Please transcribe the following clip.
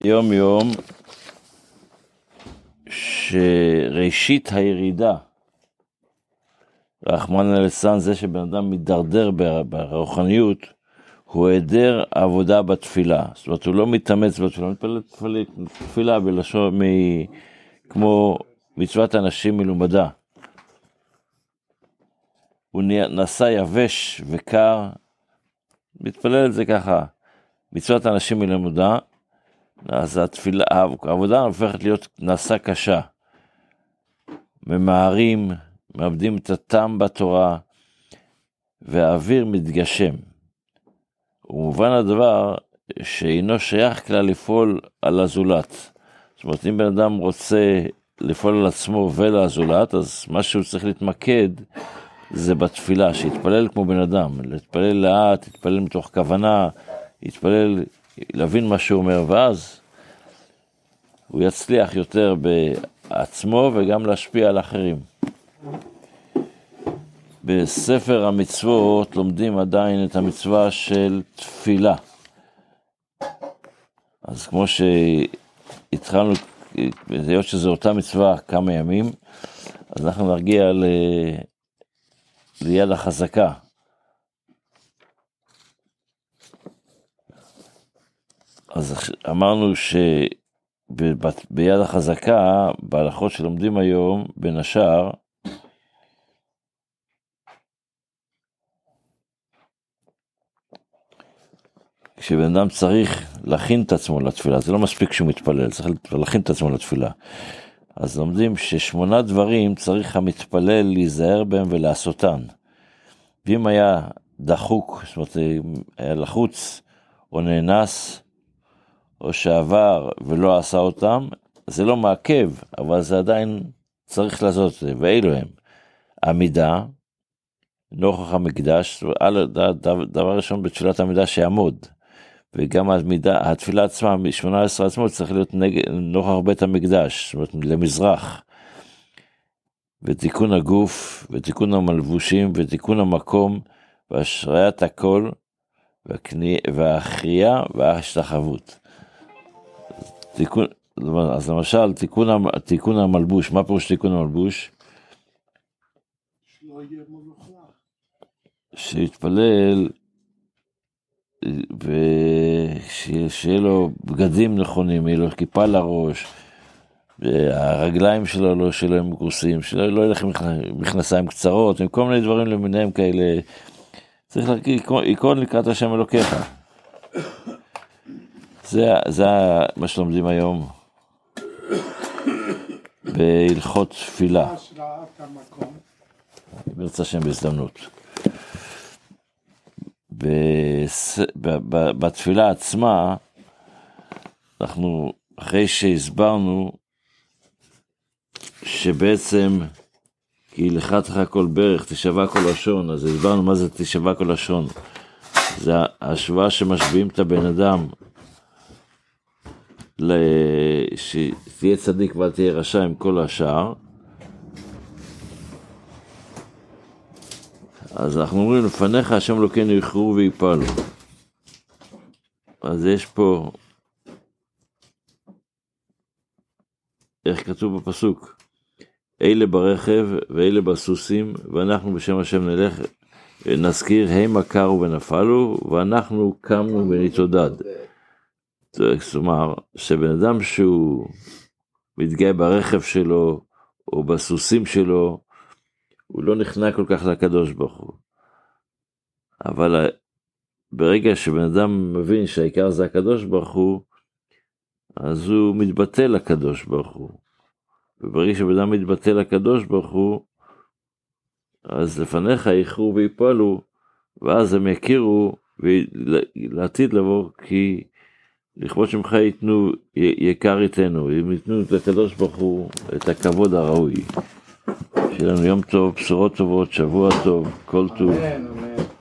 יום יום שראשית הירידה, רחמנא ליצלן, זה שבן אדם מתדרדר ברוחניות, הוא היעדר עבודה בתפילה. זאת אומרת, הוא לא מתאמץ בתפילה, הוא מתפלל תפילה בלשון כמו מצוות אנשים מלומדה. הוא נעשה יבש וקר, מתפלל את זה ככה, מצוות אנשים מלומדה, אז התפילה, העבודה הופכת להיות נעשה קשה. ממהרים, מאבדים את הטעם בתורה, והאוויר מתגשם. ומובן הדבר שאינו שייך כלל לפעול על הזולת. זאת אומרת, אם בן אדם רוצה לפעול על עצמו ולזולת, אז מה שהוא צריך להתמקד זה בתפילה, שיתפלל כמו בן אדם, להתפלל לאט, להתפלל מתוך כוונה, להתפלל, להבין מה שהוא אומר, ואז הוא יצליח יותר בעצמו וגם להשפיע על אחרים. בספר המצוות לומדים עדיין את המצווה של תפילה. אז כמו שהתחלנו, היות שזו אותה מצווה כמה ימים, אז אנחנו נרגיע ליד החזקה. אז אמרנו שביד החזקה, בהלכות שלומדים היום, בין השאר, כשבן אדם צריך להכין את עצמו לתפילה, זה לא מספיק שהוא מתפלל, צריך להכין את עצמו לתפילה. אז לומדים ש8 דברים צריך המתפלל להיזהר בהם ולעשותן. ואם היה דחוק, זאת אומרת, היה לחוץ או נאנס, או שעבר ולא עשה אותם, זה לא מעכב, אבל זה עדיין צריך לעשות את זה. ואילו הם, עמידה, נוכח המקדש, דבר ראשון בתפילת עמידה שיעמוד, וגם התפילה עצמה, מ-18 עצמו, צריך להיות נוכח בית המקדש, זאת אומרת, למזרח, ותיקון הגוף, ותיקון המלבושים, ותיקון המקום, והשראיית הכל, והאחרייה, וההשתחוות. אז למשל, תיקון המלבוש, מה פירוש תיקון המלבוש? שלא יהיה מלוכה. שיתפלל, ושיהיה לו בגדים נכונים, יהיה לו כיפה לראש, והרגליים שלו לא שלו הם מכוסים, שלא ילך מכנסיים קצרות, עם כל מיני דברים למיניהם כאלה. צריך לקרוא לקראת השם אלוקיך. זה מה שלומדים היום בהלכות תפילה. ברצה השם בהזדמנות. בתפילה עצמה, אנחנו אחרי שהסברנו שבעצם כי לחתך כל ברך, תשבע כל לשון, אז הסברנו מה זה תשבע כל לשון. זה ההשוואה שמשביעים את הבן אדם, שתהיה צדיק ואל תהיה רשע עם כל השאר. אז אנחנו אומרים, לפניך השם אלוקינו יכרעו ויפלו. אז יש פה, איך כתוב בפסוק, אלה ברכב ואלה בסוסים, ואנחנו בשם השם נלך, נזכיר, הם קרו ונפלו, ואנחנו קמנו ונתעודד. זאת אומרת, שבן אדם שהוא מתגאה ברכב שלו, או בסוסים שלו, הוא לא נכנע כל כך לקדוש ברוך הוא. אבל ברגע שבן אדם מבין שהעיקר זה הקדוש ברוך הוא, אז הוא מתבטא לקדוש ברוך הוא. וברגע שבן אדם מתבטא לקדוש ברוך הוא, אז לפניך יכרעו ויפלו, ואז הם יכירו, ולעתיד לבוא, כי לכבוד שמך ייתנו, יקר איתנו, הם ייתנו לקדוש ברוך הוא את הכבוד הראוי. שיהיה לנו יום טוב, בשורות טובות, שבוע טוב, כל טוב.